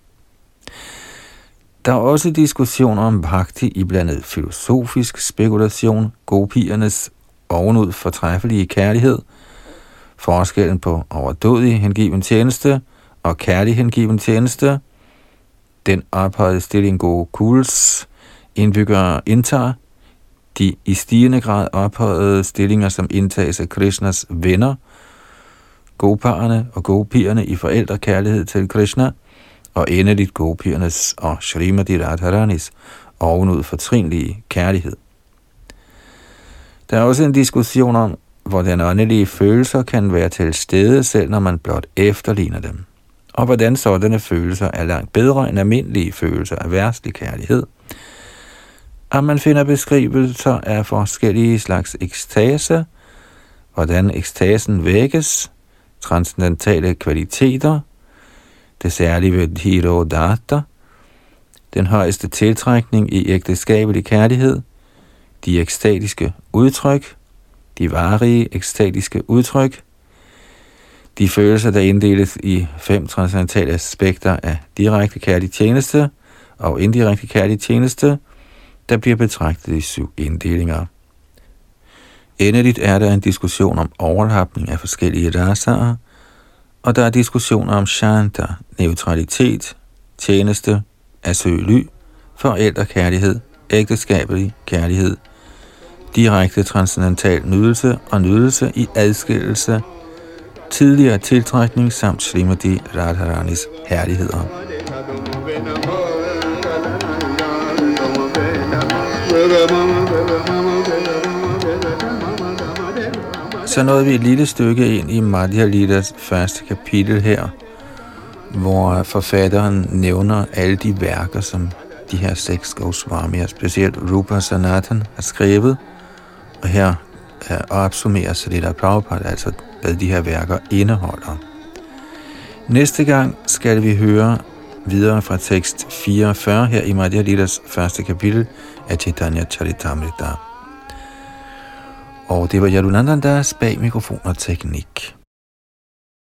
A: Der er også diskussioner om bhakti i blandet filosofisk spekulation, gopiernes ovenud fortræffelige kærlighed, forskellen på overdådig hengiven tjeneste og kærlig hengiven tjeneste, den ophøjede stilling Gokuls indbyggere indtager, de i stigende grad ophøjede stillinger, som indtages af Krishnas venner, goparerne og gopierne i forældrekærlighed til Krishna, og endeligt gopiernes og Srimati Radharanis ovenud fortrinlige kærlighed. Der er også en diskussion om, hvordan åndelige følelser kan være til stede, selv når man blot efterligner dem, og hvordan sådanne følelser er langt bedre end almindelige følelser af verdslig kærlighed, og man finder beskrivelser af forskellige slags ekstase, hvordan ekstasen vækkes, transcendentale kvaliteter, det særlige ved Dhirodata, den højeste tiltrækning i ægteskabelig kærlighed, de ekstatiske udtryk, de varige ekstatiske udtryk, de følelser, der inddeles i 5 transcendentale aspekter af direkte kærlig tjeneste og indirekte kærlig tjeneste, der bliver betragtet i 7 inddelinger. Endeligt er der en diskussion om overlapning af forskellige rasaer, og der er diskussioner om shanta, neutralitet, tjeneste, asøly, forældrekærlighed, ægteskabelig kærlighed, direkte transcendental nydelse og nydelse i adskillelse, tidligere tiltrækning samt Srimati Radharanis herligheder. Så nåede vi et lille stykke ind i Madhya Litas første kapitel her, hvor forfatteren nævner alle de værker, som de her 6 Goswamier, specielt Rupa Sanatan, har skrevet. Og her opsummerer Srila Prabhupada altså hvad de her værker indeholder. Næste gang skal vi høre videre fra tekst 44 her i Madhya Lilas første kapitel af Chaitanya Charitamrita. Og det var Yadunandan Das bag mikrofon og teknik.